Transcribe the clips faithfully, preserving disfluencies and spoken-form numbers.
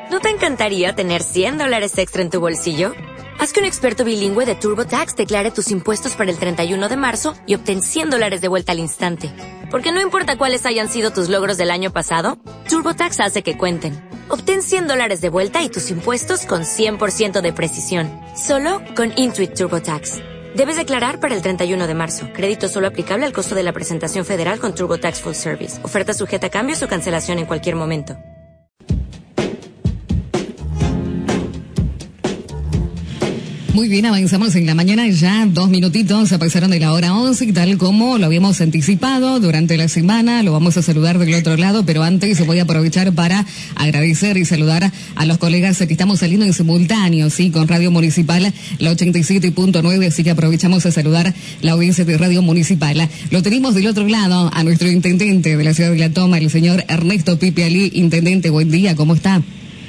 ¿No te encantaría tener cien dólares extra en tu bolsillo? Haz que un experto bilingüe de TurboTax declare tus impuestos para el treinta y uno de marzo y obtén cien dólares de vuelta al instante. Porque no importa cuáles hayan sido tus logros del año pasado, TurboTax hace que cuenten. Obtén cien dólares de vuelta y tus impuestos con cien por ciento de precisión. Solo con Intuit TurboTax. Debes declarar para el treinta y uno de marzo. Crédito solo aplicable al costo de la presentación federal con TurboTax Full Service. Oferta sujeta a cambios o cancelación en cualquier momento. Muy bien, avanzamos en la mañana, ya dos minutitos se pasaron de la hora once y tal como lo habíamos anticipado durante la semana, lo vamos a saludar del otro lado, pero antes voy a aprovechar para agradecer y saludar a los colegas que estamos saliendo en simultáneo, sí, con Radio Municipal, la ochenta y siete punto nueve, así que aprovechamos a saludar la audiencia de Radio Municipal. Lo tenemos del otro lado a nuestro intendente de la ciudad de La Toma, el señor Ernesto Pipe Ali. Intendente, buen día, ¿cómo está?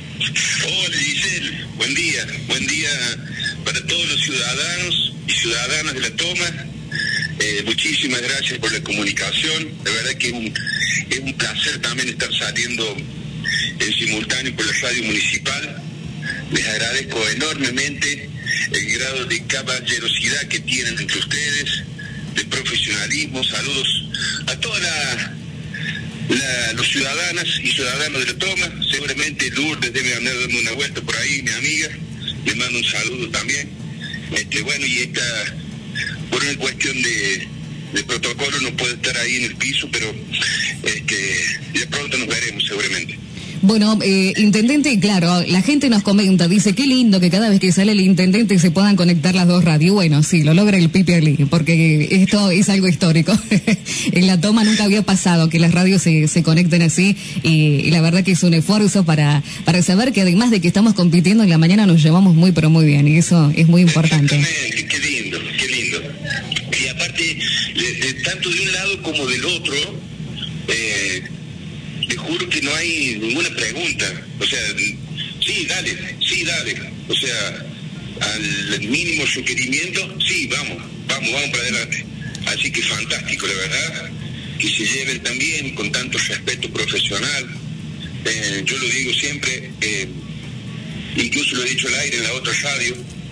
Hola Giselle, buen día, buen día para todos los ciudadanos y ciudadanas de La Toma. Eh, muchísimas gracias por la comunicación. La verdad que es un, es un placer también estar saliendo en simultáneo por la radio municipal. Les agradezco enormemente el grado de caballerosidad que tienen entre ustedes, de profesionalismo. Saludos a todas la, la, los ciudadanas y ciudadanos de La Toma. Seguramente Lourdes debe andar dando una vuelta por ahí, mi amiga. Le mando un saludo también. Este, bueno, y esta, por una cuestión de, de protocolo, no puede estar ahí en el piso, pero este, de pronto nos veremos seguramente. Bueno, eh, intendente, claro, la gente nos comenta, dice, qué lindo que cada vez que sale el intendente se puedan conectar las dos radios. Bueno, sí, lo logra el Pipe Ali, porque esto es algo histórico. En La Toma nunca había pasado que las radios se, se conecten así, y, y la verdad que es un esfuerzo para, para saber que además de que estamos compitiendo en la mañana nos llevamos muy, pero muy bien, y eso es muy importante. Exactamente, qué lindo, qué lindo. Y aparte, de, de, tanto de un lado como del otro, eh, te juro que no hay ninguna pregunta. O sea, sí, dale, sí, dale. O sea, al mínimo requerimiento, sí, vamos, vamos, vamos para adelante. Así que fantástico, la verdad, que se lleven también con tanto respeto profesional. Eh, yo lo digo siempre, eh, incluso lo he dicho al aire en la otra radio,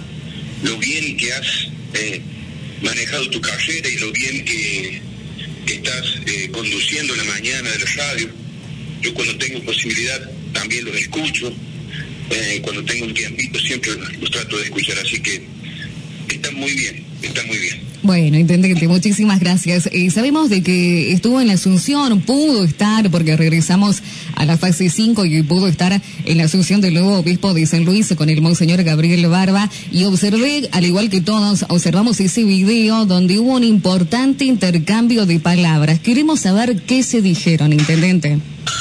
lo bien que has eh, manejado tu carrera y lo bien que, que estás eh, conduciendo la mañana de la radio. Yo cuando tengo posibilidad también los escucho, eh, cuando tengo un tiempito siempre los, los trato de escuchar, así que están muy bien, están muy bien. Bueno, intendente, muchísimas gracias. Eh, sabemos de que estuvo en la Asunción, pudo estar, porque regresamos a la fase cinco y pudo estar en la Asunción del nuevo obispo de San Luis con el monseñor Gabriel Barba, y observé, al igual que todos, observamos ese video donde hubo un importante intercambio de palabras. Queremos saber qué se dijeron, intendente.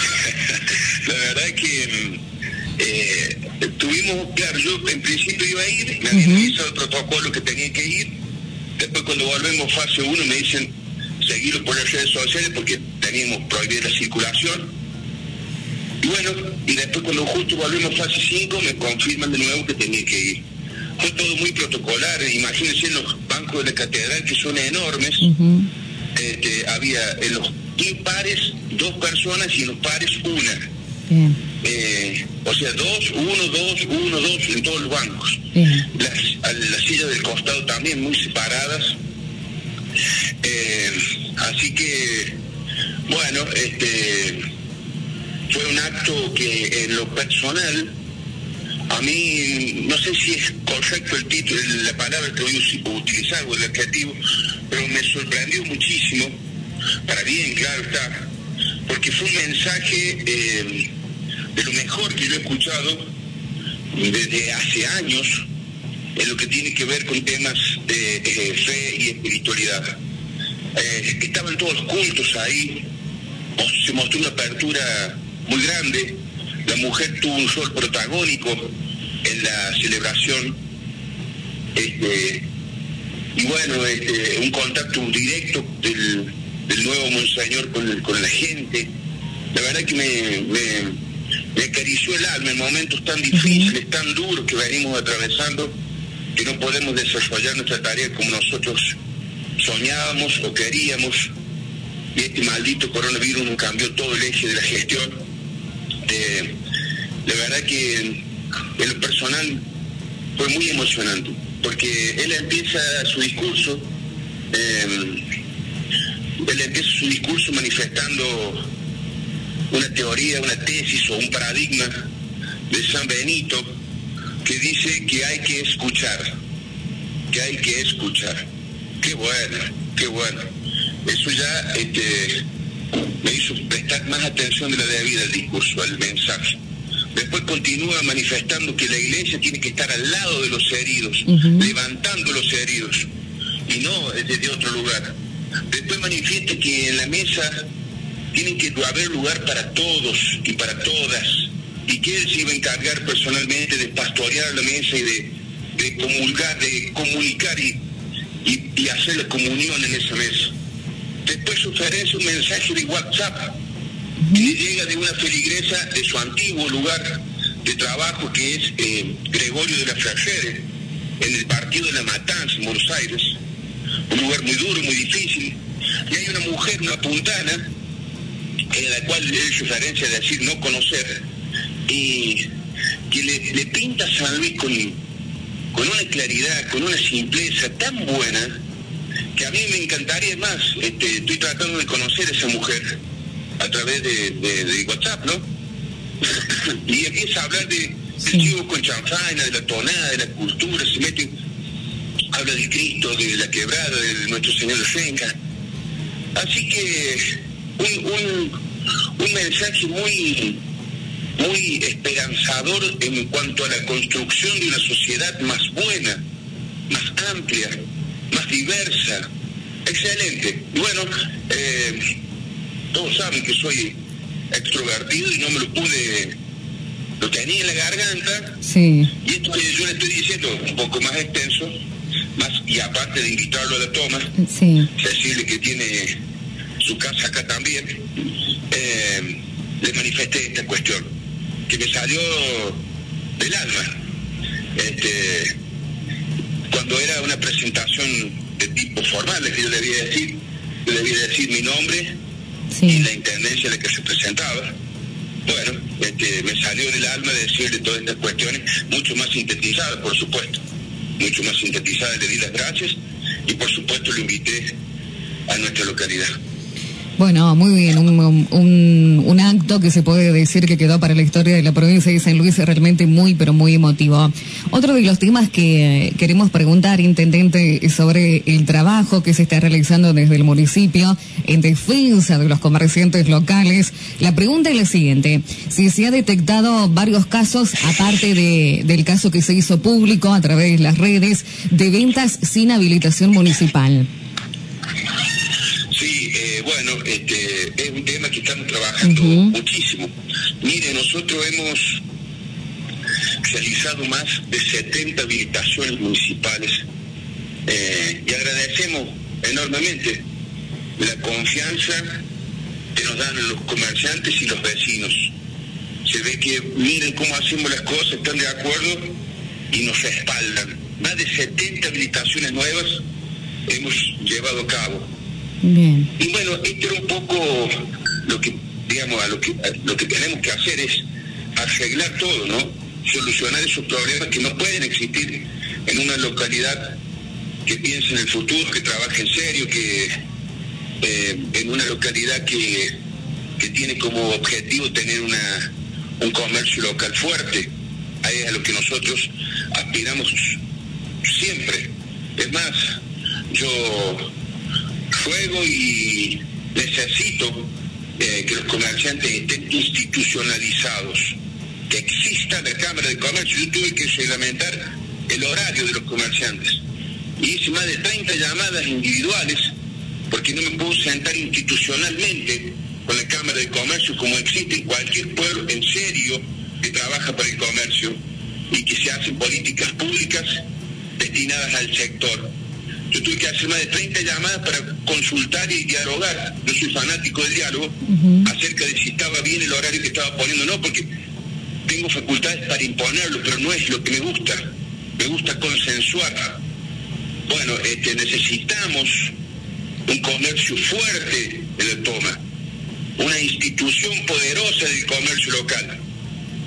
La verdad que eh, tuvimos, claro, yo en principio iba a ir, me habían avisado el protocolo que tenía que ir. Después cuando volvemos fase uno me dicen seguirlo por las redes sociales porque teníamos prohibida la circulación. Y bueno, y después cuando justo volvemos fase cinco me confirman de nuevo que tenía que ir. Fue todo muy protocolar, imagínense en los bancos de la catedral que son enormes. Uh-huh. Este, había en los impares dos personas y en los pares una. Bien. Eh, o sea, dos, uno, dos, uno, dos en todos los bancos. Las, las sillas del costado también muy separadas. Eh, así que, bueno, este fue un acto que en lo personal, a mí, no sé si es correcto el título, la palabra que voy a utilizar o el adjetivo, pero me sorprendió muchísimo, para bien, claro está, porque fue un mensaje eh, de lo mejor que yo he escuchado desde hace años en lo que tiene que ver con temas de eh, fe y espiritualidad. Eh, estaban todos los cultos ahí, se mostró una apertura muy grande, la mujer tuvo un rol protagónico en la celebración, este, y bueno, este, un contacto directo del, del nuevo monseñor con, con la gente. La verdad que me, me, me acarició el alma en momentos tan difíciles, tan duros que venimos atravesando, que no podemos desarrollar nuestra tarea como nosotros soñábamos o queríamos, y este maldito coronavirus nos cambió todo el eje de la gestión. Eh, la verdad que en lo personal fue muy emocionante, porque él empieza su discurso, eh, él empieza su discurso manifestando una teoría, una tesis o un paradigma de San Benito que dice que hay que escuchar, que hay que escuchar. Qué bueno, qué bueno. Eso ya este, me hizo prestar más atención de la debida al discurso, al mensaje. Después continúa manifestando que la iglesia tiene que estar al lado de los heridos, uh-huh. levantando los heridos, y no desde otro lugar. Después manifiesta que en la mesa tiene que haber lugar para todos y para todas, y que él se iba a encargar personalmente de pastorear la mesa y de, de comulgar, de comunicar y, y, y hacer la comunión en esa mesa. Después ofrece un mensaje de WhatsApp que le llega de una feligresa de su antiguo lugar de trabajo, que es eh, Gregorio de la Ferrere, en el partido de La Matanza, en Buenos Aires, un lugar muy duro, muy difícil, y hay una mujer, una puntana, en la cual él hace referencia de decir no conocer, y que le, le pinta a San Luis con, con una claridad, con una simpleza tan buena, que a mí me encantaría más. Este, estoy tratando de conocer a esa mujer a través de, de, de WhatsApp, ¿no? Y empieza a hablar de, del chivo con chanfaina, de la tonada, de la cultura, se mete, habla de Cristo, de la quebrada, de nuestro Señor Renca. Así que un, un, un mensaje muy, muy esperanzador en cuanto a la construcción de una sociedad más buena, más amplia, más diversa. Excelente. Bueno, eh, todos saben que soy extrovertido y no me lo pude, lo tenía en la garganta. Sí. Y esto que yo le estoy diciendo un poco más extenso, más, y aparte de invitarlo a la toma, sí. decirle que tiene su casa acá también, eh, le manifesté esta cuestión, que me salió del alma. Este, cuando era una presentación de tipo formal, que yo debía decir, yo debía decir mi nombre, sí. y la intendencia en la que se presentaba. Bueno, este, me salió del alma decirle todas estas cuestiones, mucho más sintetizadas, por supuesto, mucho más sintetizadas. Le di las gracias y por supuesto lo invité a nuestra localidad. Bueno, muy bien, un, un, un acto que se puede decir que quedó para la historia de la provincia de San Luis, realmente muy, pero muy emotivo. Otro de los temas que queremos preguntar, intendente, es sobre el trabajo que se está realizando desde el municipio en defensa de los comerciantes locales. La pregunta es la siguiente: si se ha detectado varios casos, aparte de, del caso que se hizo público a través de las redes, de ventas sin habilitación municipal. Sí, eh, bueno, este, es un tema que estamos trabajando uh-huh. muchísimo. Mire, nosotros hemos realizado más de setenta habilitaciones municipales eh, y agradecemos enormemente la confianza que nos dan los comerciantes y los vecinos. Se ve que miren cómo hacemos las cosas, están de acuerdo y nos respaldan. Más de setenta habilitaciones nuevas hemos llevado a cabo. Bien. Y bueno, esto era un poco lo que, digamos, a lo que a lo que tenemos que hacer es arreglar todo, ¿no? Solucionar esos problemas que no pueden existir en una localidad que piense en el futuro, que trabaje en serio, que eh, en una localidad que, que tiene como objetivo tener una un comercio local fuerte. Ahí es a lo que nosotros aspiramos siempre. Es más, yo ruego y necesito eh, que los comerciantes estén institucionalizados, que exista la Cámara de Comercio. Yo tuve que reglamentar el horario de los comerciantes y hice más de treinta llamadas individuales porque no me puedo sentar institucionalmente con la Cámara de Comercio como existe en cualquier pueblo en serio que trabaja para el comercio y que se hacen políticas públicas destinadas al sector. Yo tuve que hacer más de treinta llamadas para consultar y dialogar. Yo soy fanático del diálogo, uh-huh. acerca de si estaba bien el horario que estaba poniendo. No, porque tengo facultades para imponerlo, pero no es lo que me gusta. Me gusta consensuar. Bueno, este, necesitamos un comercio fuerte en la toma, una institución poderosa del comercio local.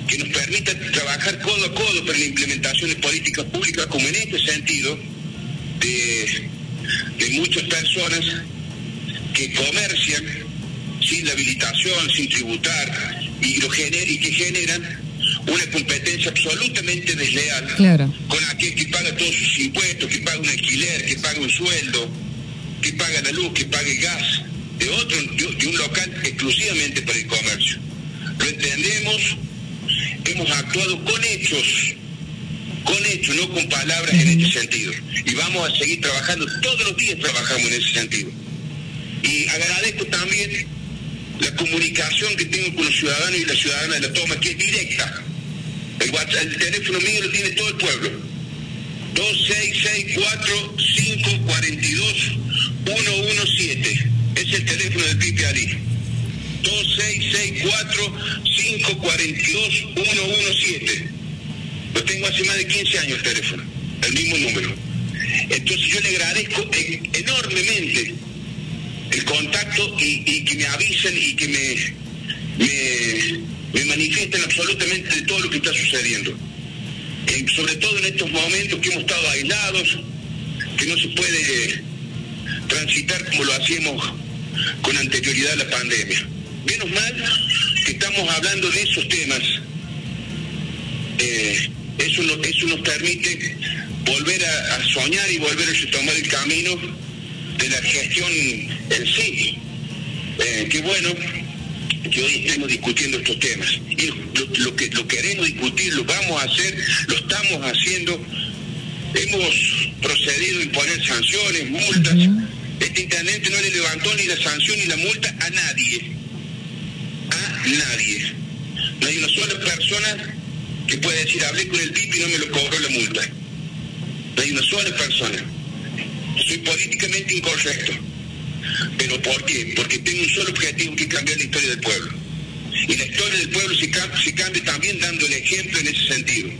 que nos permita trabajar codo a codo para la implementación de políticas públicas, como en este sentido, de, de muchas personas que comercian sin la habilitación, sin tributar, y, lo gener, y que generan una competencia absolutamente desleal, claro, con aquel que paga todos sus impuestos, que paga un alquiler, que paga un sueldo, que paga la luz, que paga el gas, de otro, de, de un local exclusivamente para el comercio. Lo entendemos, hemos actuado con hechos, con hechos, no con palabras uh-huh. en este sentido. Y vamos a seguir trabajando, todos los días trabajamos en ese sentido. Y agradezco también la comunicación que tengo con los ciudadanos y la ciudadana de La Toma, que es directa. El, WhatsApp, el teléfono mío lo tiene todo el pueblo. dos seis seis cuatro cinco cuatro dos uno uno siete. Es el teléfono del Pipi Ari. dos seis seis cuatro cinco cuatro dos uno uno siete. Lo tengo hace más de quince años el teléfono, el mismo número. Entonces yo le agradezco enormemente el contacto y, y que me avisen y que me, me, me manifiesten absolutamente de todo lo que está sucediendo. Eh, sobre todo en estos momentos que hemos estado aislados, que no se puede transitar como lo hacíamos con anterioridad a la pandemia. Menos mal que estamos hablando de esos temas. Eh, eso, no, eso nos permite volver a, a soñar y volver a retomar el camino de la gestión en sí. Eh, qué bueno que hoy estemos discutiendo estos temas. Y lo, lo que lo queremos discutir, lo vamos a hacer, lo estamos haciendo. Hemos procedido a imponer sanciones, multas. Uh-huh. Este intendente no le levantó ni la sanción ni la multa a nadie. A nadie. No hay una sola persona que pueda decir, hablé con el Pipi y no me lo cobró la multa. No hay una sola persona. Soy políticamente incorrecto. ¿Pero por qué? Porque tengo un solo objetivo, que cambiar la historia del pueblo. Y la historia del pueblo se, cam- se cambia también dando el ejemplo en ese sentido.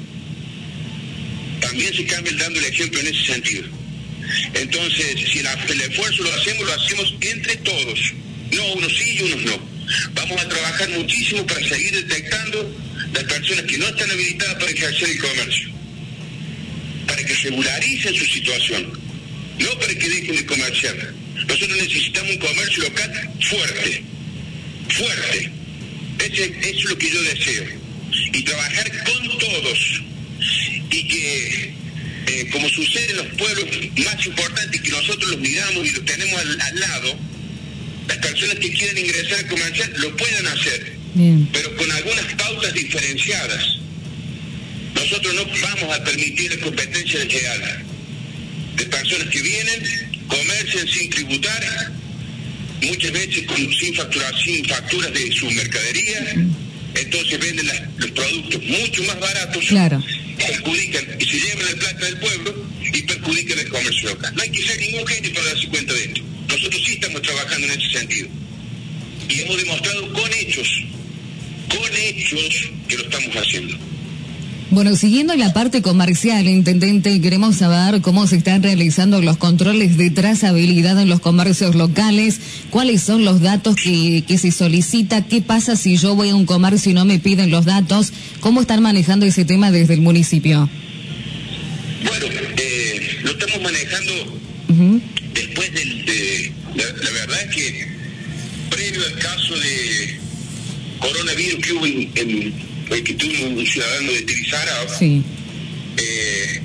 También se cambia dando el ejemplo en ese sentido. Entonces, si la, el esfuerzo lo hacemos, lo hacemos entre todos. No unos sí y unos no. Vamos a trabajar muchísimo para seguir detectando las personas que no están habilitadas para ejercer el comercio. Para que regularicen su situación. No para que dejen de comerciar. Nosotros necesitamos un comercio local fuerte. Fuerte. Ese, eso es lo que yo deseo. Y trabajar con todos. Y que, eh, como sucede en los pueblos más importantes, que nosotros los miramos y los tenemos al, al lado, las personas que quieren ingresar a comerciar lo puedan hacer. Bien. Pero con algunas pautas diferenciadas. Nosotros no vamos a permitir la competencia desleal de personas que vienen, comercian sin tributar, muchas veces con, sin, facturar, sin facturas de su mercadería, entonces venden las, los productos mucho más baratos, claro, perjudican y se llevan la plata del pueblo y perjudican el comercio local. No hay que ser ningún genio para darse cuenta de esto. Nosotros sí estamos trabajando en ese sentido. Y hemos demostrado con hechos, con hechos que lo estamos haciendo. Bueno, siguiendo la parte comercial, intendente, queremos saber cómo se están realizando los controles de trazabilidad en los comercios locales, cuáles son los datos que, que se solicita, qué pasa si yo voy a un comercio y no me piden los datos, cómo están manejando ese tema desde el municipio. Bueno, eh, lo estamos manejando uh-huh. después del... De, la, la verdad es que previo al caso de coronavirus que hubo en... en el que tuvo un ciudadano de Tirizara, sí. eh,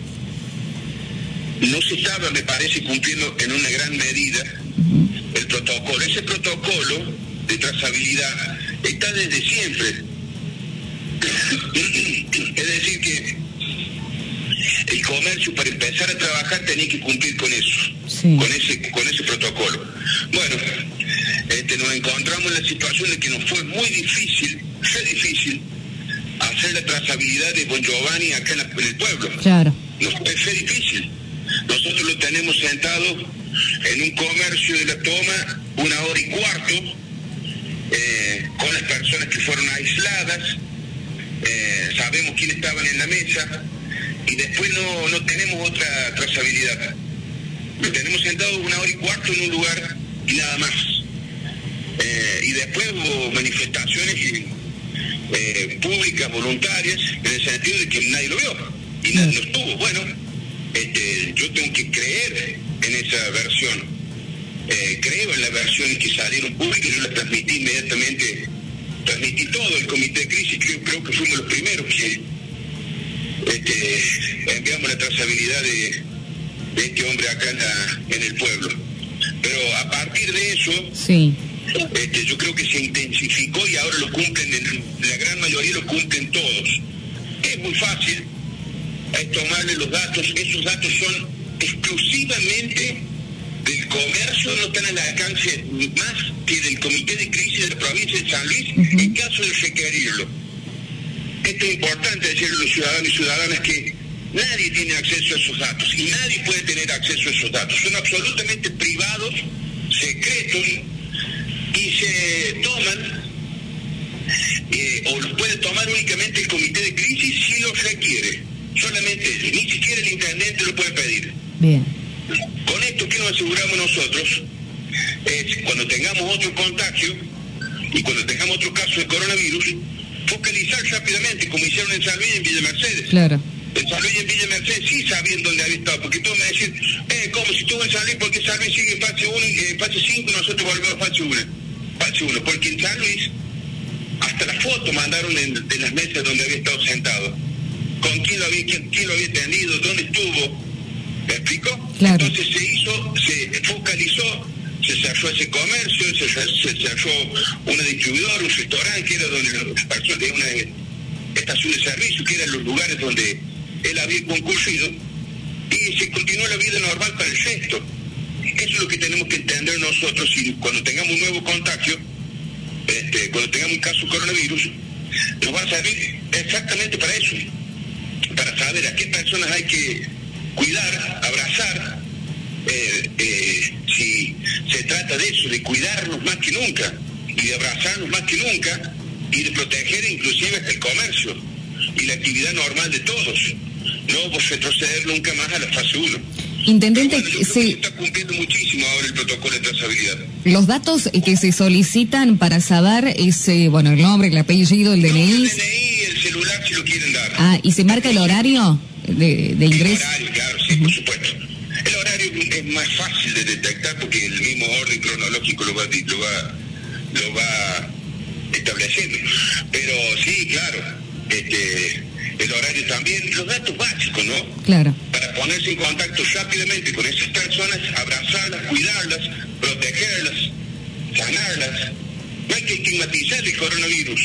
no se estaba, me parece, cumpliendo en una gran medida uh-huh. el protocolo. Ese protocolo de trazabilidad está desde siempre. Es decir que el comercio, para empezar a trabajar, tenía que cumplir con eso, sí. con ese con ese protocolo. Bueno, este, nos encontramos en la situación de que nos fue muy difícil, fue difícil, hacer la trazabilidad de Bon Giovanni acá en, la, en el pueblo. Claro. Nos fue difícil. Nosotros lo tenemos sentado en un comercio de La Toma una hora y cuarto, eh, con las personas que fueron aisladas, eh, sabemos quiénes estaban en la mesa, y después no, no tenemos otra trazabilidad. Lo tenemos sentado una hora y cuarto en un lugar y nada más. Eh, y después hubo manifestaciones y eh, públicas, voluntarias, en el sentido de que nadie lo vio y nadie lo estuvo. Bueno, este, yo tengo que creer en esa versión. Eh, creo en la versión que salieron públicas, yo la transmití inmediatamente, transmití todo el comité de crisis, creo, creo que fuimos los primeros que este, enviamos la trazabilidad de, de este hombre acá en, la, en el pueblo. Pero a partir de eso, sí. este, yo creo que se intensificó y ahora lo cumplen, en, la gran mayoría lo cumplen todos. Es muy fácil, es tomarle los datos, esos datos son exclusivamente del comercio, no están al alcance más que del comité de crisis de la provincia de San Luis, uh-huh. en caso de requerirlo. Esto es importante decirle a los ciudadanos y ciudadanas que nadie tiene acceso a esos datos y nadie puede tener acceso a esos datos. Son absolutamente privados, secretos y se toman eh, o los puede tomar únicamente el comité de crisis si lo requiere. Solamente ellos, ni siquiera el intendente lo puede pedir. Bien. Con esto, ¿qué nos aseguramos nosotros? Es cuando tengamos otro contagio y cuando tengamos otro caso de coronavirus, focalizar rápidamente, como hicieron en San Luis y en Villa Mercedes. Claro. En San Luis y en Villa Mercedes sí sabían dónde había estado, porque todos me decían, eh, como si estuvo en San Luis, porque San Luis sigue en fase uno y en fase cinco y nosotros volvemos a fase uno. Fase uno, porque en San Luis hasta la foto mandaron en, en las mesas donde había estado sentado. Con quién lo había, quién, quién lo había atendido, dónde estuvo. ¿Me explico? Claro. Entonces se hizo, se focalizó, se cerró ese comercio, se, se cerró una distribuidora, un restaurante, que era donde las personas de una estación de servicio, que eran los lugares donde él había concurrido, y se continuó la vida normal para el resto. Eso es lo que tenemos que entender nosotros, y cuando tengamos un nuevo contagio, este, cuando tengamos un caso de coronavirus, nos va a servir exactamente para eso, para saber a qué personas hay que cuidar, abrazar, eh, eh, si se trata de eso, de cuidarnos más que nunca, y de abrazarnos más que nunca, y de proteger inclusive hasta el comercio y la actividad normal de todos, no retroceder nunca más a la fase uno. Intendente, bueno, yo creo sí. que está cumpliendo muchísimo ahora el protocolo de trazabilidad. Los datos que se solicitan para saber es, eh, bueno, el nombre, el apellido, el D N I. No, el D N I, el celular, si lo quieren dar. Ah, ¿y se marca el horario de, de ingreso? El horario, claro, sí, uh-huh. por supuesto. El horario es más fácil de detectar porque el mismo orden cronológico lo va, lo va, lo va estableciendo. Pero sí, claro, este, el horario también, los datos básicos, ¿no? Claro. Para ponerse en contacto rápidamente con esas personas, abrazarlas, cuidarlas, protegerlas, sanarlas. No hay que estigmatizar el coronavirus.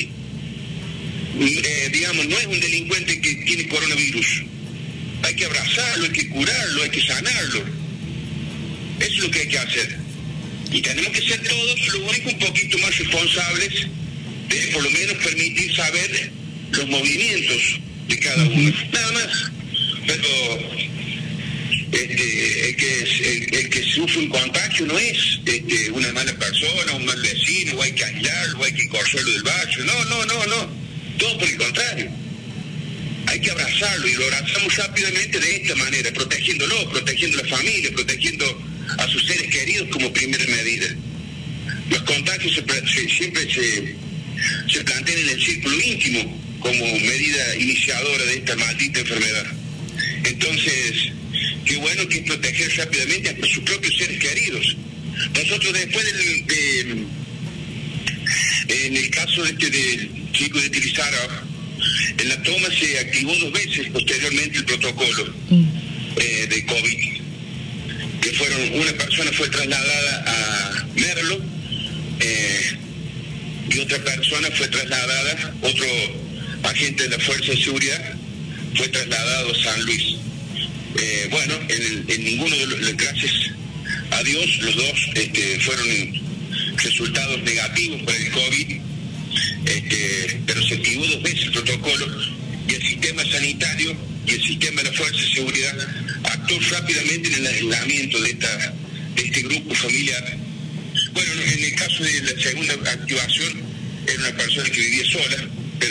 Eh, digamos, no es un delincuente que tiene coronavirus. Hay que abrazarlo, hay que curarlo, hay que sanarlo. Eso es lo que hay que hacer. Y tenemos que ser todos, lo único, un poquito más responsables de por lo menos permitir saber los movimientos de cada uno. Nada más. Pero este, el, que, el, el que sufre un contagio no es este, una mala persona, un mal vecino, o hay que aislarlo, o hay que correrlo del barrio. No, no, no, no. Todo por el contrario. Hay que abrazarlo y lo abrazamos rápidamente de esta manera, protegiéndolo, protegiendo a la familia, protegiendo a sus seres queridos como primera medida. Los contagios se, se, siempre se, se plantean en el círculo íntimo como medida iniciadora de esta maldita enfermedad. Entonces, qué bueno que es proteger rápidamente a sus propios seres queridos. Nosotros después del, de, en el caso de este del chico de Tilizara, en la toma se activó dos veces posteriormente el protocolo eh, de COVID, que fueron, una persona fue trasladada a Merlo eh, y otra persona fue trasladada, otro agente de la Fuerza de Seguridad fue trasladado a San Luis. Eh, bueno, en, en ninguno de los, gracias a Dios, los dos este, fueron resultados negativos para el COVID. Este, pero se activó dos veces el protocolo y el sistema sanitario y el sistema de la Fuerza de Seguridad actuó rápidamente en el aislamiento de, esta, de este grupo familiar. Bueno, en el caso de la segunda activación era una persona que vivía sola, pero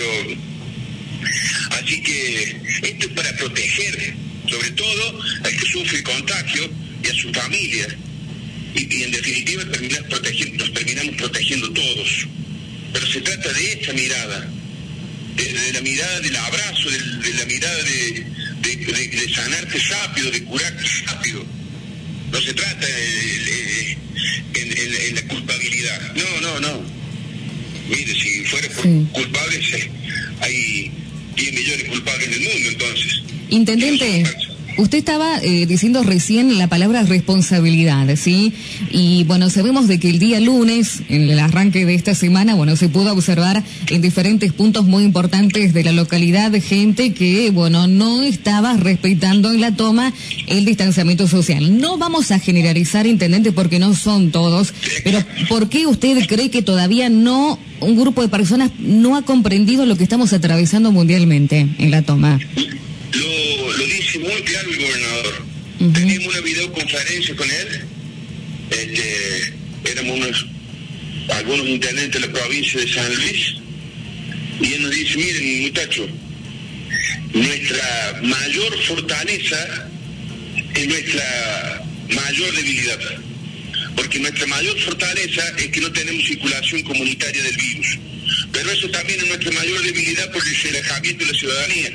así que esto es para proteger sobre todo al que sufre el contagio y a su familia y, y en definitiva terminar protegiendo, nos terminamos protegiendo todos. Pero se trata de esa mirada, de, de la mirada del abrazo, de, de la mirada de, de, de, de sanarte rápido, de curarte rápido. No se trata de, de, en, en, en la culpabilidad. No, no, no. Mire, si fuera por sí. culpables, hay diez millones de culpables en el mundo, entonces. Intendente, usted estaba eh, diciendo recién la palabra responsabilidad, ¿sí? Y bueno, sabemos de que el día lunes, en el arranque de esta semana, bueno, se pudo observar en diferentes puntos muy importantes de la localidad gente que, bueno, no estaba respetando en la toma el distanciamiento social. No vamos a generalizar, intendente, porque no son todos, pero ¿por qué usted cree que todavía no, un grupo de personas no ha comprendido lo que estamos atravesando mundialmente en la toma? Lo, lo dice muy claro el gobernador. Uh-huh. Teníamos una videoconferencia con él. Este, éramos unos, algunos intendentes de la provincia de San Luis. Y él nos dice, miren muchachos, nuestra mayor fortaleza es nuestra mayor debilidad. Porque nuestra mayor fortaleza es que no tenemos circulación comunitaria del virus. Pero eso también es nuestra mayor debilidad por el relajamiento de la ciudadanía.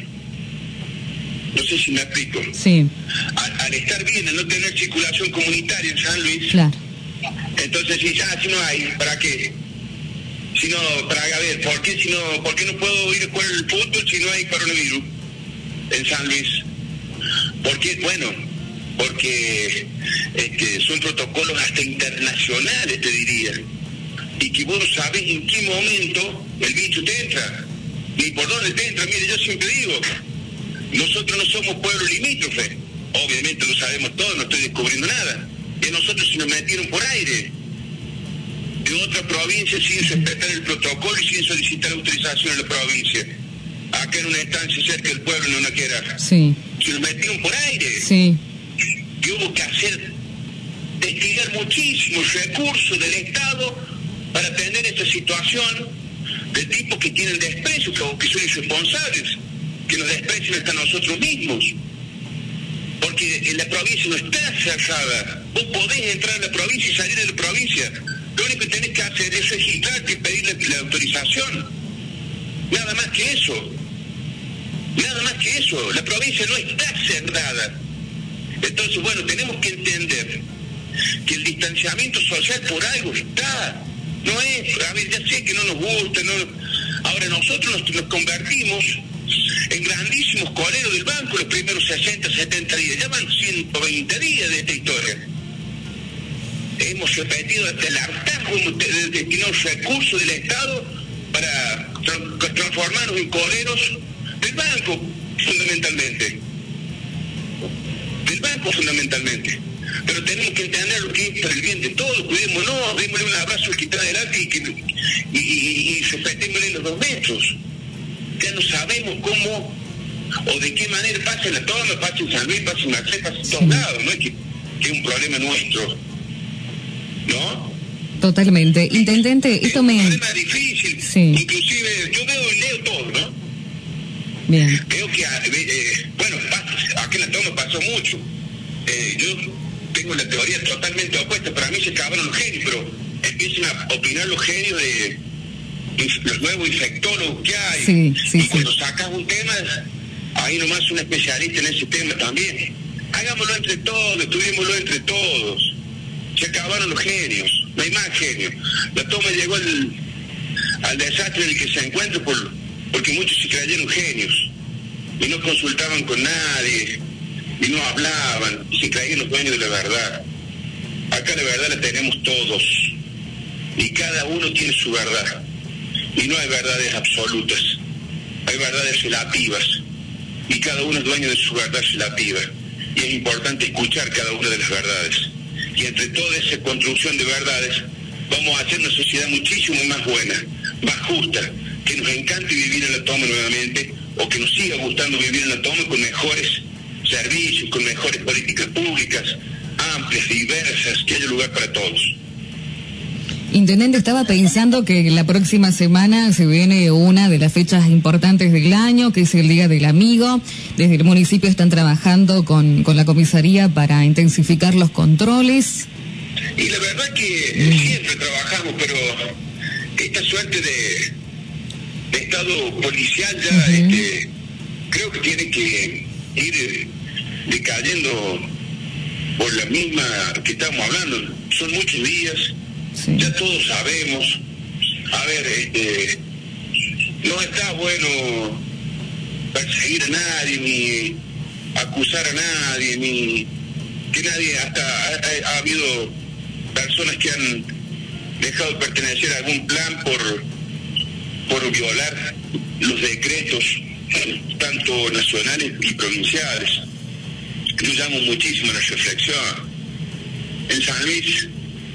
No sé si me explico. Sí. Al, al estar bien, al no tener circulación comunitaria en San Luis, claro. Entonces si ya, si no hay, ¿para qué? Si no, para a ver, ¿por qué, si no, ¿por qué no puedo ir a jugar el fútbol si no hay coronavirus en San Luis? ¿Por qué? Bueno, porque este, son protocolos hasta internacionales, te diría. Y que vos no sabés en qué momento el bicho te entra, ni por dónde te entra. Mire, yo siempre digo, nosotros no somos pueblo limítrofe, obviamente lo sabemos todos, no estoy descubriendo nada. Y a nosotros se nos metieron por aire. De otra provincia sin respetar el protocolo y sin solicitar autorización en la provincia. Acá en una estancia cerca del pueblo no nos quiera. Sí. Se nos metieron por aire. Sí. Y hubo que hacer, destinar muchísimos recursos del Estado para atender esta situación de tipos que tienen desprecio, que, que son irresponsables, que nos desprecian hasta nosotros mismos. Porque en la provincia no está cerrada. Vos podés entrar a la provincia y salir de la provincia. Lo único que tenés que hacer es registrarte y pedir la, la autorización. Nada más que eso. Nada más que eso. La provincia no está cerrada. Entonces, bueno, tenemos que entender que el distanciamiento social por algo está. No es, a ver, ya sé que no nos gusta, no. Ahora nosotros nos, nos convertimos en grandísimos coleros del banco los primeros sesenta, setenta días. Ya van ciento veinte días de esta historia. Hemos repetido hasta el hartazgo, hemos destinado recursos del Estado para tra- transformarnos en coleros del banco, fundamentalmente. Del banco, fundamentalmente. Pero tenemos que entender lo que es para el bien de todos. Cuidémonos, démosle un abrazo al que está adelante y, que, y, y, y respetémosle los dos metros. Ya no sabemos cómo o de qué manera pasa en la toma, pasa en San Luis, pasa en Merced, pasa en todos lados. No es que, que es un problema nuestro, ¿no? Totalmente. Intendente, esto me... Es un problema difícil. Sí. Inclusive, yo veo y leo todo, ¿no? Bien. Veo que, eh, bueno, pasa, aquí en la toma pasó mucho. Eh, yo tengo la teoría totalmente opuesta. Para mí se acabaron los genios, pero empiezan a opinar los genios de los nuevos infectólogos que hay. Sí, sí, y sí. cuando sacas un tema, hay nomás un especialista en ese tema también. Hagámoslo entre todos, estudiémoslo entre todos. Se acabaron los genios, no hay más genios. La toma llegó al, al desastre en el que se encuentra por, porque muchos se creyeron genios y no consultaban con nadie y no hablaban y se creían los dueños de la verdad. Acá la verdad la tenemos todos y cada uno tiene su verdad y no hay verdades absolutas, hay verdades relativas y cada uno es dueño de su verdad relativa y es importante escuchar cada una de las verdades. Y entre toda esa construcción de verdades vamos a hacer una sociedad muchísimo más buena, más justa, que nos encante vivir en la toma nuevamente, o que nos siga gustando vivir en la toma con mejores servicios, con mejores políticas públicas, amplias, diversas, que haya lugar para todos. Intendente, estaba pensando que la próxima semana se viene una de las fechas importantes del año, que es el Día del Amigo. Desde el municipio están trabajando con, con la comisaría para intensificar los controles. Y la verdad que mm. siempre trabajamos, pero esta suerte de, Estado policial ya, uh-huh. este, creo que tiene que ir decayendo por la misma que estamos hablando. Son muchos días, sí. Ya todos sabemos. A ver, este, no está bueno perseguir a nadie, ni acusar a nadie, ni que nadie, hasta ha, ha, ha habido personas que han dejado de pertenecer a algún plan por, por violar los decretos, tanto nacionales y provinciales. Yo llamo muchísimo a la reflexión. En San Luis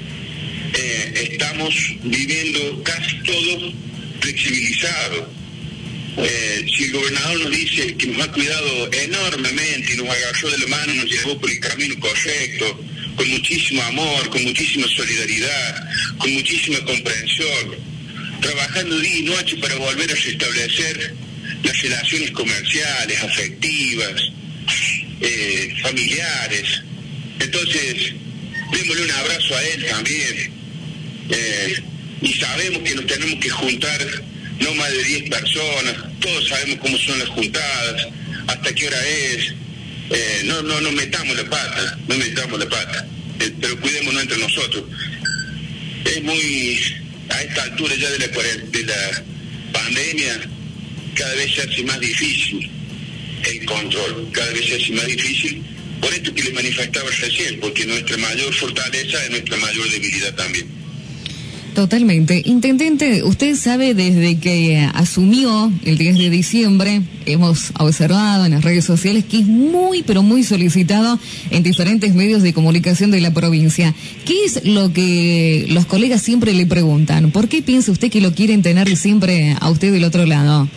eh, estamos viviendo casi todo flexibilizado. Eh, si el gobernador nos dice que nos ha cuidado enormemente y nos agarró de la mano, nos llevó por el camino correcto, con muchísimo amor, con muchísima solidaridad, con muchísima comprensión, trabajando día y noche para volver a restablecer las relaciones comerciales, afectivas, eh, familiares. Entonces, démosle un abrazo a él también. Eh, y sabemos que nos tenemos que juntar no más de diez personas, todos sabemos cómo son las juntadas, hasta qué hora es, eh, no, no, no metamos la pata, no metamos la pata, eh, pero cuidémonos entre nosotros. Es muy, a esta altura ya de la, de la pandemia, cada vez se hace más difícil el control, cada vez se hace más difícil, por esto que les manifestaba recién, porque nuestra mayor fortaleza es nuestra mayor debilidad también. Totalmente. Intendente, usted sabe desde que asumió el diez de diciembre, hemos observado en las redes sociales que es muy, pero muy solicitado en diferentes medios de comunicación de la provincia. ¿Qué es lo que los colegas siempre le preguntan? ¿Por qué piensa usted que lo quieren tener siempre a usted del otro lado?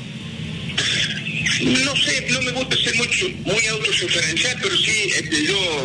No sé, no me gusta ser mucho, muy autosuferencial, pero sí, este, yo...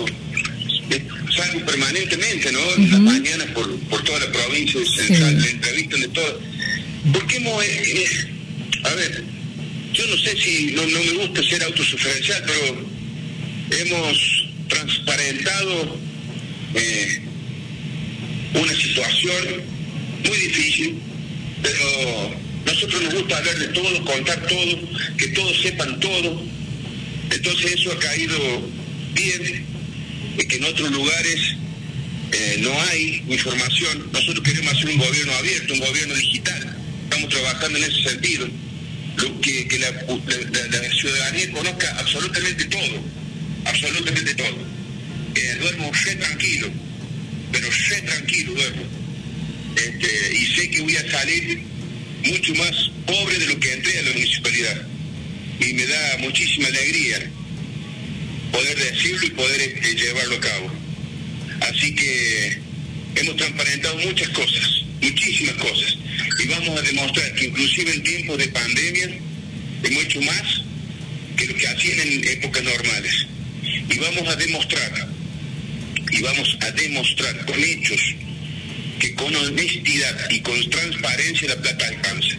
salgo permanentemente, ¿no? En uh-huh. las mañanas por, por toda la provincia central, sí. Le entrevistan de todo. ¿Por qué hemos, eh, a ver, yo no sé si, no, no me gusta ser autosuferencial, pero hemos transparentado eh, una situación muy difícil, pero nosotros nos gusta hablar de todo, contar todo, que todos sepan todo. Entonces eso ha caído bien, que en otros lugares eh, no hay información. Nosotros queremos hacer un gobierno abierto, un gobierno digital. Estamos trabajando en ese sentido. Lo que, que la, la, la ciudadanía conozca absolutamente todo, absolutamente todo. Eh, duermo re tranquilo, pero re tranquilo duermo. Este, y sé que voy a salir mucho más pobre de lo que entré a la municipalidad. Y me da muchísima alegría poder decirlo y poder eh, llevarlo a cabo. Así que hemos transparentado muchas cosas, muchísimas cosas, y vamos a demostrar que inclusive en tiempos de pandemia hemos hecho más que lo que hacían en épocas normales. Y vamos a demostrar, y vamos a demostrar con hechos que con honestidad y con transparencia la plata alcanza.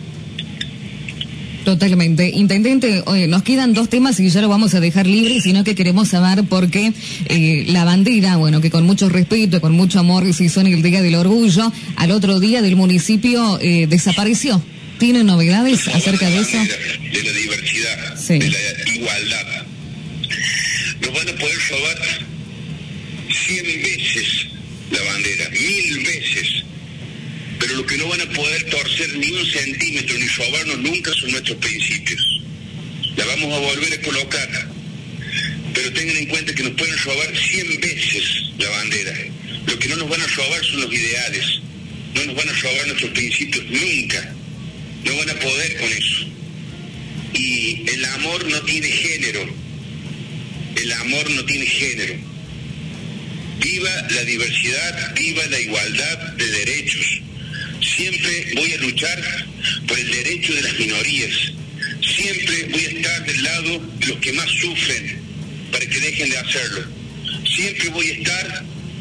Totalmente. Intendente, oye, nos quedan dos temas y ya lo vamos a dejar libre, sino que queremos saber por qué eh, la bandera, bueno, que con mucho respeto, con mucho amor se hizo en el Día del Orgullo, al otro día del municipio eh, desapareció. ¿Tiene novedades acerca de eso? De la diversidad, sí. De la igualdad. Nos van a poder robar cien veces la bandera, mil veces. Pero lo que no van a poder torcer ni un centímetro ni robarnos nunca son nuestros principios. La vamos a volver a colocar, pero tengan en cuenta que nos pueden robar cien veces la bandera. Lo que no nos van a robar son los ideales, no nos van a robar nuestros principios nunca, no van a poder con eso. Y el amor no tiene género, el amor no tiene género. Viva la diversidad, viva la igualdad de derechos. Siempre voy a luchar por el derecho de las minorías. Siempre voy a estar del lado de los que más sufren para que dejen de hacerlo. Siempre voy a estar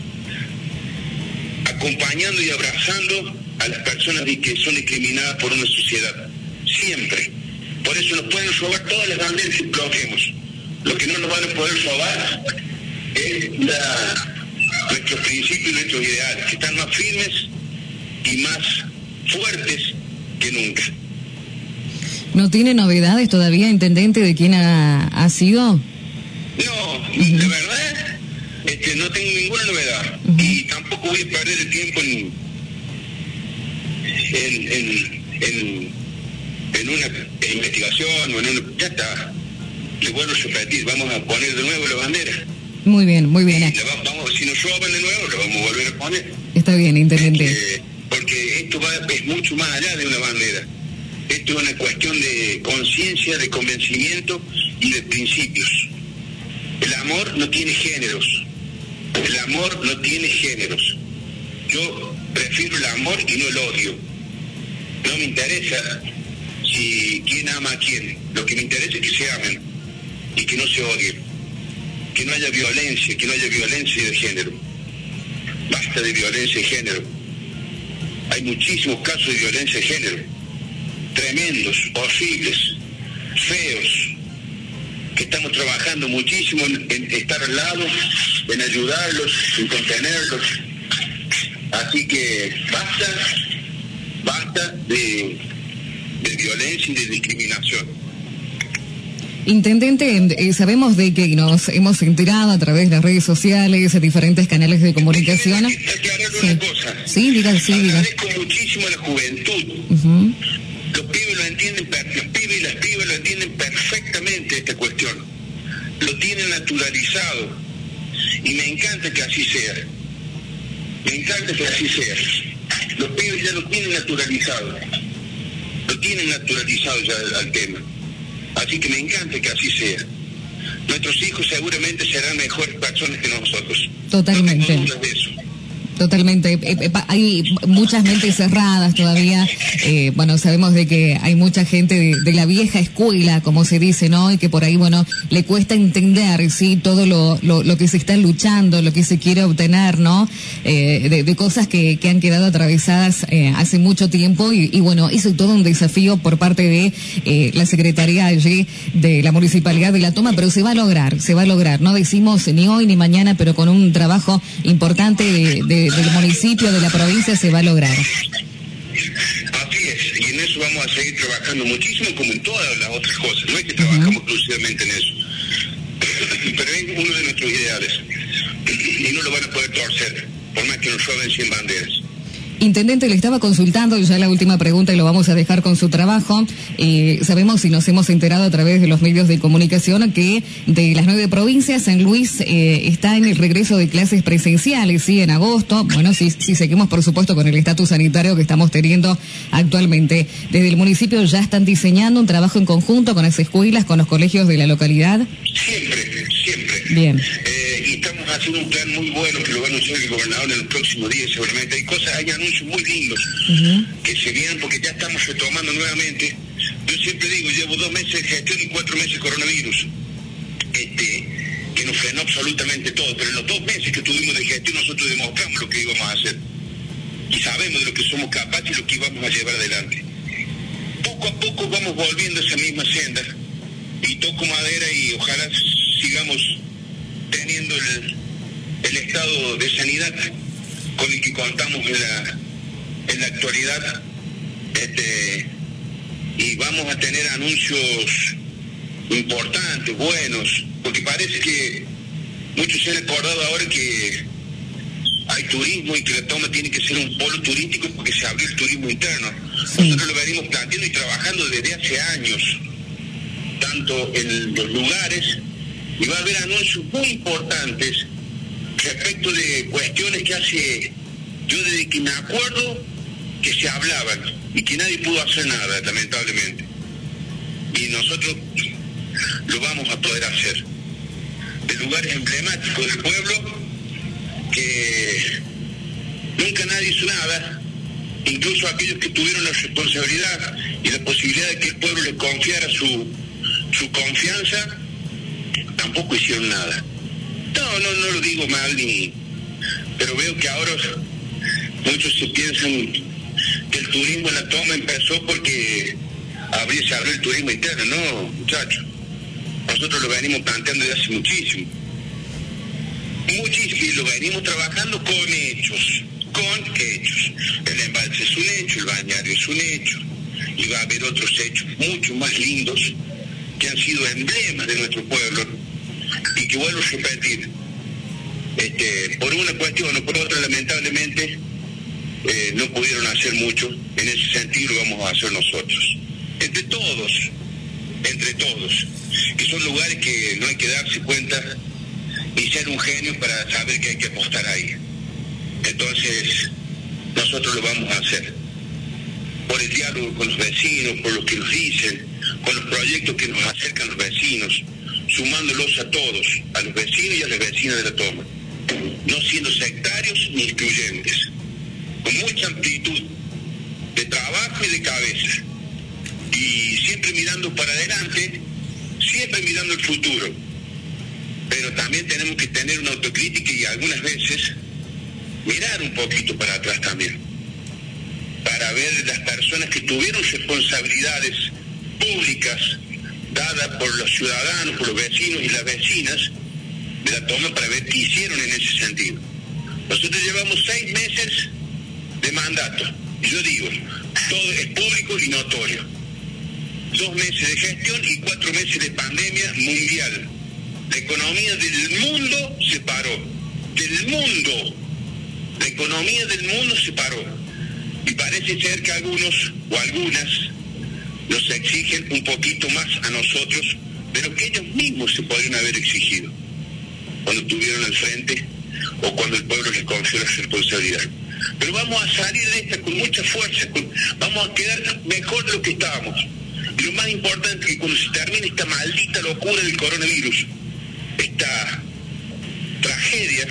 acompañando y abrazando a las personas que son discriminadas por una sociedad. Siempre. Por eso nos pueden robar todas las banderas que coloquemos. Lo que no nos van a poder robar es la, nuestros principios y nuestros ideales, que están más firmes y más fuertes que nunca. ¿No tiene novedades todavía, intendente, de quién ha, ha sido? No, uh-huh. La verdad es que no tengo ninguna novedad. Uh-huh. Y tampoco voy a perder el tiempo en, en, en, en, en una investigación o en una... Ya está. Le vuelvo a repetir, vamos a poner de nuevo la bandera. Muy bien, muy bien. Vamos, vamos, si nos roban de nuevo, lo vamos a volver a poner. Está bien, intendente. Porque, porque esto va, es mucho más allá de una bandera. Esto es una cuestión de conciencia, de convencimiento y de principios. El amor no tiene géneros. El amor no tiene géneros. Yo prefiero el amor y no el odio. No me interesa si quién ama a quién. Lo que me interesa es que se amen y que no se odien. Que no haya violencia, que no haya violencia de género. Basta de violencia de género. Hay muchísimos casos de violencia de género. Tremendos, horribles, feos, que estamos trabajando muchísimo en, en estar al lado, en ayudarlos, en contenerlos. Así que basta, basta de, de violencia y de discriminación. Intendente, eh, sabemos de que nos hemos enterado a través de las redes sociales, de diferentes canales de comunicación. Déjame aclarar sí. una cosa. Sí, diga, sí, diga. Agradezco muchísimo a la juventud. Uh-huh. Los pibes lo entienden, los pibes y las pibas lo entienden perfectamente esta cuestión. Lo tienen naturalizado. Y me encanta que así sea. Me encanta que así sea. Los pibes ya lo tienen naturalizado. Lo tienen naturalizado ya al, al tema. Así que me encanta que así sea. Nuestros hijos seguramente serán mejores personas que nosotros. Totalmente. No tengo dudas de eso. Totalmente. Eh, eh, hay muchas mentes cerradas todavía. Eh, bueno, sabemos de que hay mucha gente de, de la vieja escuela, como se dice, ¿no? Y que por ahí, bueno, le cuesta entender, sí, todo lo, lo, lo que se está luchando, lo que se quiere obtener, ¿no? Eh, de, de cosas que, que han quedado atravesadas eh, hace mucho tiempo y, y bueno, eso es todo un desafío por parte de eh, la Secretaría allí de la Municipalidad de La Toma, pero se va a lograr, se va a lograr. No decimos ni hoy ni mañana, pero con un trabajo importante de, de del municipio, de la provincia, se va a lograr. Así es, y en eso vamos a seguir trabajando muchísimo, como en todas las otras cosas. No es que trabajamos uh-huh. exclusivamente en eso, pero es uno de nuestros ideales y no lo van a poder torcer, por más que nos roben cien banderas. Intendente, le estaba consultando, ya la última pregunta y lo vamos a dejar con su trabajo. Eh, sabemos y nos hemos enterado a través de los medios de comunicación que de las nueve provincias, San Luis eh, está en el regreso de clases presenciales, sí, en agosto. Bueno, si sí, sí, seguimos por supuesto con el estatus sanitario que estamos teniendo actualmente. Desde el municipio ya están diseñando un trabajo en conjunto con las escuelas, con los colegios de la localidad. Siempre, siempre. Bien. Eh, y estamos haciendo un plan muy bueno que lo va a anunciar el gobernador en los próximos días seguramente. Hay cosas, hay anuncios muy lindos uh-huh. que se vienen porque ya estamos retomando nuevamente. Yo siempre digo, llevo dos meses de gestión y cuatro meses de coronavirus, este, que nos frenó absolutamente todo, pero en los dos meses que tuvimos de gestión nosotros demostramos lo que íbamos a hacer y sabemos de lo que somos capaces y lo que íbamos a llevar adelante. Poco a poco vamos volviendo a esa misma senda y toco madera y ojalá sigamos teniendo el, el estado de sanidad con el que contamos en la, en la actualidad, este, y vamos a tener anuncios importantes, buenos, porque parece que muchos se han acordado ahora que hay turismo y que La Toma tiene que ser un polo turístico porque se abrió el turismo interno. Sí. Nosotros lo venimos planteando y trabajando desde hace años, tanto en los lugares, y va a haber anuncios muy importantes respecto de cuestiones que hace, yo desde que me acuerdo que se hablaban y que nadie pudo hacer nada, lamentablemente. Y nosotros lo vamos a poder hacer. De lugares emblemáticos del pueblo que nunca nadie hizo nada, incluso aquellos que tuvieron la responsabilidad y la posibilidad de que el pueblo les confiara su, su confianza, tampoco hicieron nada. No, no, no lo digo mal, ni, pero veo que ahora muchos se piensan que el turismo en La Toma empezó porque habría, se abrió el turismo interno. No, muchachos, nosotros lo venimos planteando desde hace muchísimo. Muchísimo, y lo venimos trabajando con hechos, con hechos. El embalse es un hecho, el bañario es un hecho, y va a haber otros hechos mucho más lindos que han sido emblemas de nuestro pueblo y que vuelvo a repetir, este, por una cuestión o por otra lamentablemente eh, no pudieron hacer mucho. En ese sentido lo vamos a hacer nosotros, entre todos, entre todos, que son lugares que no hay que darse cuenta ni ser un genio para saber que hay que apostar ahí. Entonces nosotros lo vamos a hacer por el diálogo con los vecinos, por lo que nos dicen, con los proyectos que nos acercan los vecinos, sumándolos a todos, a los vecinos y a las vecinas de La Toma, no siendo sectarios ni excluyentes, con mucha amplitud de trabajo y de cabeza, y siempre mirando para adelante, siempre mirando el futuro, pero también tenemos que tener una autocrítica y algunas veces mirar un poquito para atrás también, para ver las personas que tuvieron responsabilidades públicas dadas por los ciudadanos, por los vecinos y las vecinas de La Toma, para ver qué hicieron en ese sentido. Nosotros llevamos seis meses de mandato, y yo digo, todo es público y notorio. Dos meses de gestión y cuatro meses de pandemia mundial. La economía del mundo se paró. Del mundo. La economía del mundo se paró. Y parece ser que algunos o algunas nos exigen un poquito más a nosotros de lo que ellos mismos se podrían haber exigido cuando estuvieron al frente o cuando el pueblo les confió la responsabilidad. Pero vamos a salir de esta con mucha fuerza, con, vamos a quedar mejor de lo que estábamos. Y lo más importante es que cuando se termine esta maldita locura del coronavirus, esta tragedia,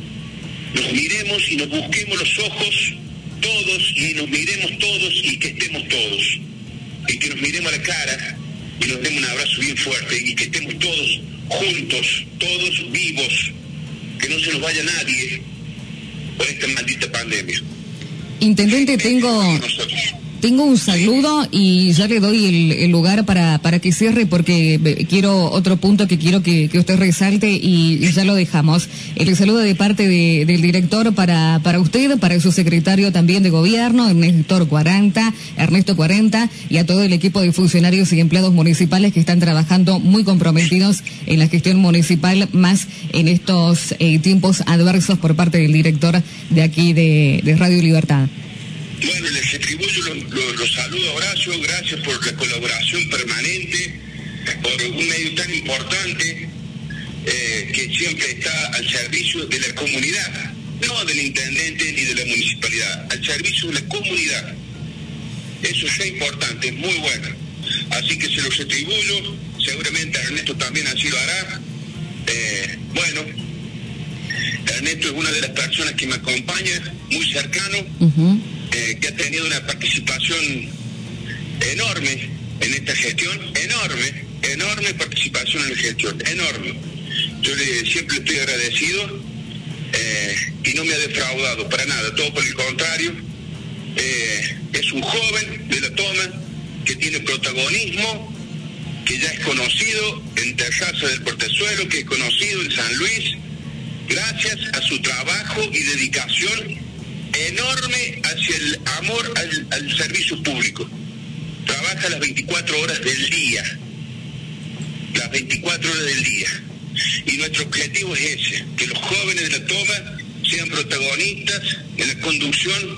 nos miremos y nos busquemos los ojos todos y nos miremos todos y que estemos todos. Y que nos miremos a la cara y nos demos un abrazo bien fuerte y que estemos todos juntos, todos vivos, que no se nos vaya nadie por esta maldita pandemia. Intendente, tengo... Tengo un saludo y ya le doy el, el lugar para, para que cierre, porque quiero otro punto que quiero que, que usted resalte y, y ya lo dejamos. El saludo de parte de, del director para, para usted, para su secretario también de gobierno, Ernesto cuarenta, Ernesto cuarenta, y a todo el equipo de funcionarios y empleados municipales que están trabajando muy comprometidos en la gestión municipal, más en estos eh, tiempos adversos por parte del director de aquí de, de Radio Libertad. Bueno, les atribuyo los, los, los saludos a Horacio, gracias por la colaboración permanente, por un medio tan importante eh, que siempre está al servicio de la comunidad, no del intendente ni de la municipalidad, al servicio de la comunidad. Eso es importante, es muy bueno. Así que se los atribuyo, seguramente Ernesto también así lo hará. Eh, bueno, Ernesto es una de las personas que me acompaña, muy cercano. Uh-huh. Eh, que ha tenido una participación enorme en esta gestión, enorme, enorme participación en la gestión, enorme. Yo le, siempre estoy agradecido eh, y no me ha defraudado para nada, todo por el contrario. Eh, es un joven de La Toma que tiene protagonismo, que ya es conocido en Terraza del Portezuelo, que es conocido en San Luis, gracias a su trabajo y dedicación enorme hacia el amor al, al servicio público. Trabaja las veinticuatro horas del día, las veinticuatro horas del día. Y nuestro objetivo es ese, que los jóvenes de La Toma sean protagonistas en la conducción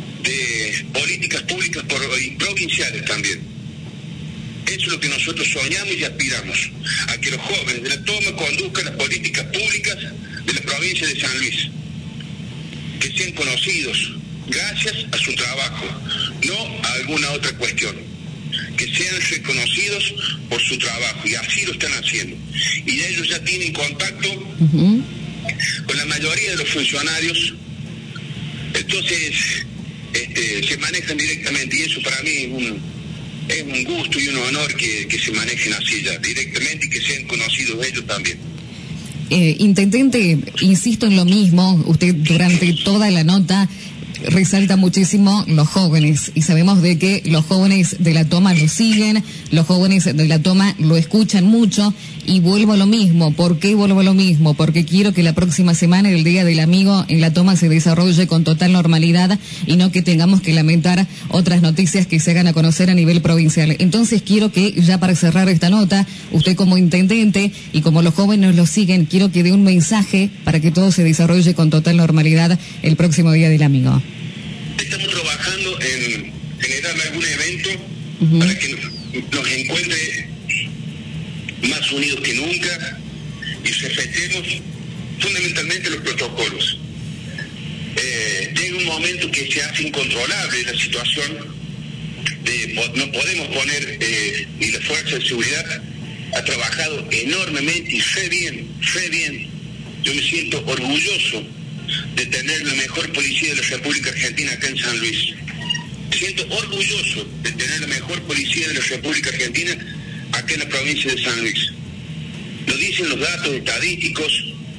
de políticas públicas por, y provinciales también. Eso es lo que nosotros soñamos y aspiramos, a que los jóvenes de La Toma conduzcan las políticas públicas de la provincia de San Luis, que sean conocidos gracias a su trabajo, no a alguna otra cuestión, que sean reconocidos por su trabajo, y así lo están haciendo. Y ellos ya tienen contacto uh-huh. con la mayoría de los funcionarios, entonces este, se manejan directamente, y eso para mí es un, es un gusto y un honor que, que se manejen así ya, directamente, y que sean conocidos ellos también. Eh, intendente, insisto en lo mismo, usted durante toda la nota resalta muchísimo los jóvenes, y sabemos de que los jóvenes de La Toma lo siguen los jóvenes de La Toma lo escuchan mucho y vuelvo a lo mismo. ¿Por qué vuelvo a lo mismo? Porque quiero que la próxima semana, el Día del Amigo en La Toma, se desarrolle con total normalidad y no que tengamos que lamentar otras noticias que se hagan a conocer a nivel provincial. Entonces quiero que, ya para cerrar esta nota, usted como intendente y como los jóvenes lo siguen, quiero que dé un mensaje para que todo se desarrolle con total normalidad el próximo Día del Amigo. Estamos trabajando en generar algún evento uh-huh. para que nos, nos encuentre más unidos que nunca y respetemos fundamentalmente los protocolos. Eh, llega un momento que se hace incontrolable la situación, de, no podemos poner, eh, ni la fuerza de seguridad ha trabajado enormemente y re bien, re bien. Yo me siento orgulloso de tener la mejor policía de la República Argentina acá en San Luis. Me siento orgulloso de tener la mejor policía de la República Argentina acá en la provincia de San Luis. Lo dicen los datos estadísticos,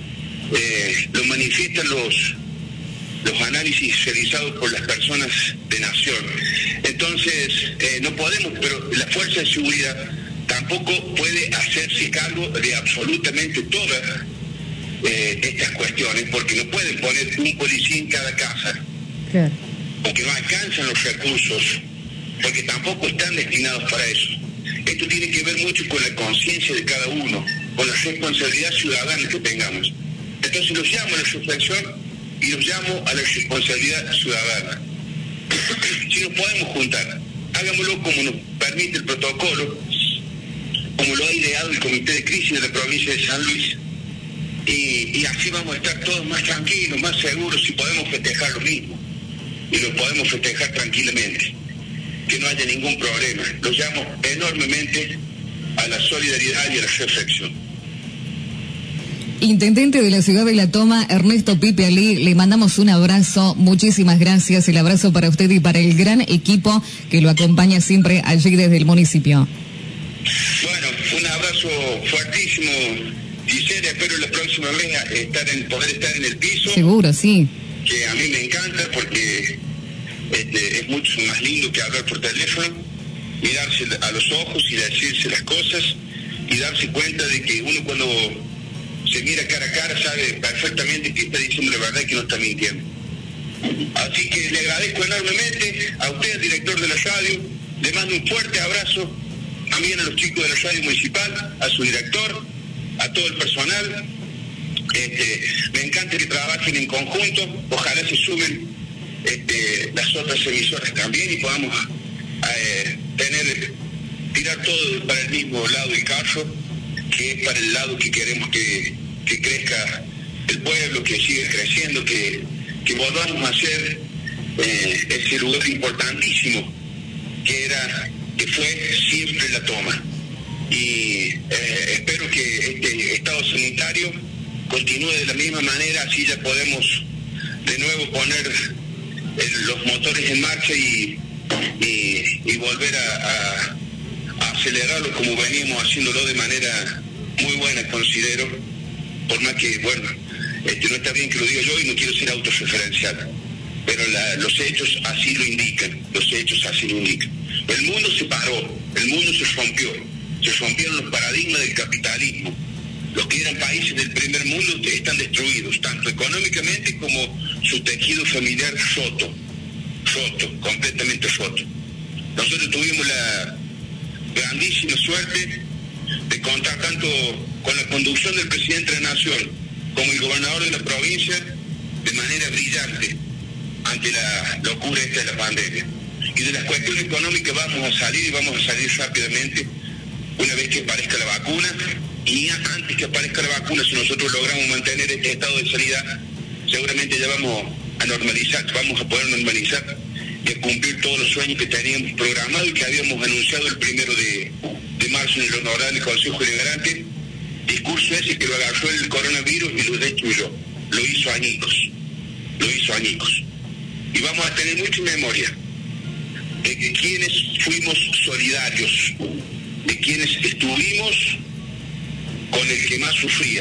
eh, lo manifiestan los, los análisis realizados por las personas de Nación. Entonces, eh, no podemos, pero la fuerza de seguridad tampoco puede hacerse cargo de absolutamente todas eh, estas cuestiones, porque no pueden poner un policía en cada casa, claro. porque no alcanzan los recursos, porque tampoco están destinados para eso. Esto tiene que ver mucho con la conciencia de cada uno, con la responsabilidad ciudadana que tengamos. Entonces los llamo a la reflexión y los llamo a la responsabilidad ciudadana. Si nos podemos juntar, hagámoslo como nos permite el protocolo, como lo ha ideado el Comité de Crisis de la provincia de San Luis, y, y así vamos a estar todos más tranquilos, más seguros, si podemos festejar lo mismo, y lo podemos festejar tranquilamente, que no haya ningún problema. Los llamo enormemente a la solidaridad y a la reflexión. Intendente de la ciudad de La Toma, Ernesto Pipe Ali, le mandamos un abrazo, muchísimas gracias, el abrazo para usted y para el gran equipo que lo acompaña siempre allí desde el municipio. Bueno, un abrazo fuertísimo, Gisela, espero la próxima vez estar en, poder estar en el piso. Seguro, sí. Que a mí me encanta porque este, es mucho más lindo que hablar por teléfono, mirarse a los ojos y decirse las cosas y darse cuenta de que uno cuando se mira cara a cara sabe perfectamente que está diciendo la verdad y que no está mintiendo. Así que le agradezco enormemente a usted, director de la radio, le mando un fuerte abrazo también a los chicos de la radio municipal, a su director, a todo el personal. Este, me encanta que trabajen en conjunto, ojalá se sumen este, las otras emisoras también y podamos eh, tener, tirar todo para el mismo lado del carro, que es para el lado que queremos que, que crezca el pueblo, que siga creciendo, que, que volvamos a ser eh, ese lugar importantísimo que era, que fue siempre La Toma. Y eh, espero que este estado sanitario continúe de la misma manera, así ya podemos de nuevo poner el, los motores en marcha y, y, y volver a, a, a acelerarlo como veníamos haciéndolo de manera muy buena, considero, por más que, bueno, este, no está bien que lo diga yo y no quiero ser autorreferencial, pero la, los hechos así lo indican, los hechos así lo indican. El mundo se paró, el mundo se rompió, se rompieron los paradigmas del capitalismo. Los que eran países del primer mundo están destruidos, tanto económicamente como su tejido familiar roto, roto, completamente roto. Nosotros tuvimos la grandísima suerte de contar tanto con la conducción del presidente de la Nación como el gobernador de la provincia de manera brillante ante la locura esta de la pandemia. Y de las cuestiones económicas vamos a salir y vamos a salir rápidamente una vez que aparezca la vacuna. Y antes que aparezca la vacuna, si nosotros logramos mantener este estado de sanidad, seguramente ya vamos a normalizar, vamos a poder normalizar y a cumplir todos los sueños que teníamos programados y que habíamos anunciado el primero de, de marzo en el honorable Consejo Deliberante. Discurso ese que lo agarró el coronavirus y lo destruyó, lo hizo añicos, lo hizo añicos. Y vamos a tener mucha memoria de que quienes fuimos solidarios, de quienes estuvimos con el que más sufría,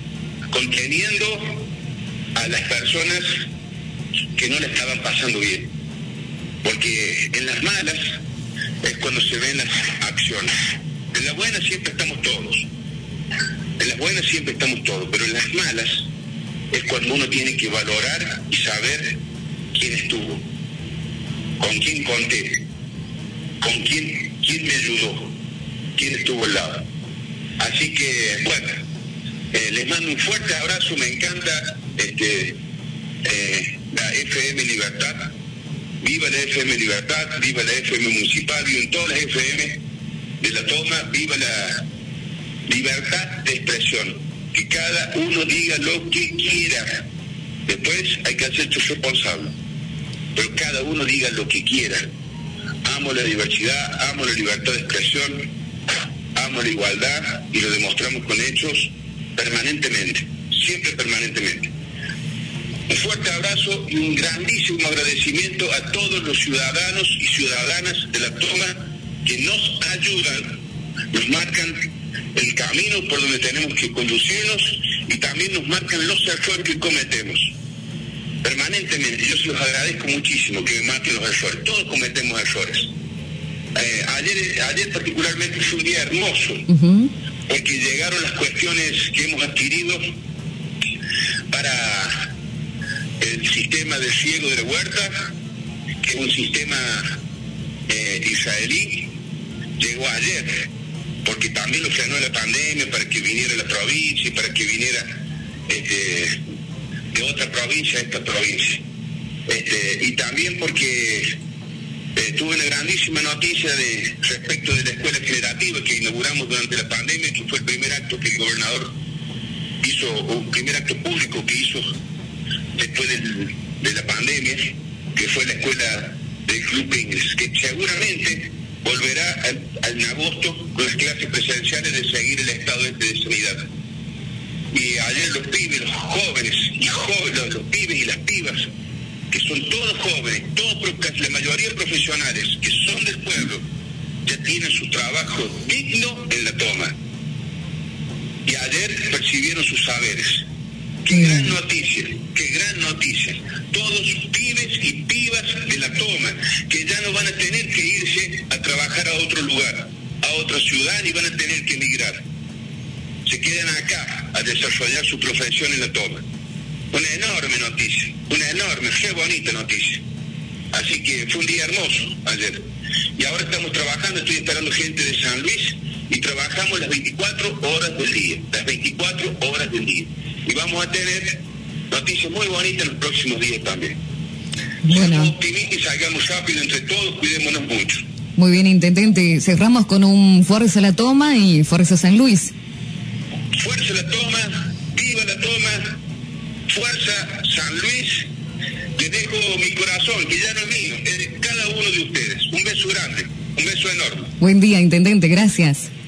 conteniendo a las personas que no la estaban pasando bien. Porque en las malas, es cuando se ven las acciones. En las buenas siempre estamos todos, en las buenas siempre estamos todos, pero en las malas es cuando uno tiene que valorar y saber quién estuvo, con quién conté, con quién, quién me ayudó, quién estuvo al lado. Así que, bueno, eh, les mando un fuerte abrazo, me encanta este, eh, la F M Libertad, viva la F M Libertad, viva la F M Municipal, viva en todas las F M de La Toma, viva la libertad de expresión, que cada uno diga lo que quiera, después hay que hacerse responsable, pero cada uno diga lo que quiera. Amo la diversidad, amo la libertad de expresión, amo la igualdad y lo demostramos con hechos permanentemente, siempre permanentemente. Un fuerte abrazo y un grandísimo agradecimiento a todos los ciudadanos y ciudadanas de La Toma que nos ayudan, nos marcan el camino por donde tenemos que conducirnos y también nos marcan los errores que cometemos permanentemente. Yo se los agradezco muchísimo que me marquen los errores, todos cometemos errores. Eh, ayer, ayer particularmente fue un día hermoso, uh-huh. porque llegaron las cuestiones que hemos adquirido para el sistema de riego de la huerta, que es un sistema eh, israelí, llegó ayer, porque también lo frenó la pandemia para que viniera la provincia y para que viniera este, de otra provincia a esta provincia. Este, y también porque eh, tuve una grandísima noticia de respecto de la escuela generativa que inauguramos durante la pandemia, que fue el primer acto que el gobernador hizo, o el primer acto público que hizo después del, de la pandemia, que fue la escuela del Club Pringles, que seguramente volverá en agosto con las clases presenciales de seguir el estado este de sanidad. Y ayer los pibes, los jóvenes y jóvenes, los, los pibes y las pibas, que son todos jóvenes, todos la mayoría profesionales, que son del pueblo, ya tienen su trabajo digno en La Toma. Y ayer percibieron sus saberes. Qué mm. gran noticia, qué gran noticia. Todos pibes y pibas de La Toma, que ya no van a tener que irse a trabajar a otro lugar, a otra ciudad, ni van a tener que emigrar. Se quedan acá a desarrollar su profesión en La Toma. Una enorme noticia, una enorme, qué bonita noticia. Así que fue un día hermoso ayer. Y ahora estamos trabajando, estoy esperando gente de San Luis, y trabajamos las veinticuatro horas del día, las veinticuatro horas del día. Y vamos a tener noticias muy bonitas en los próximos días también. Bueno. Seamos optimistas y salgamos rápido entre todos, cuidémonos mucho. Muy bien, intendente. Cerramos con un Fuerza La Toma y Fuerza San Luis. Fuerza La Toma, viva La Toma, Fuerza San Luis. Les dejo mi corazón, que ya no es mío, es de cada uno de ustedes. Un beso grande, un beso enorme. Buen día, intendente, gracias.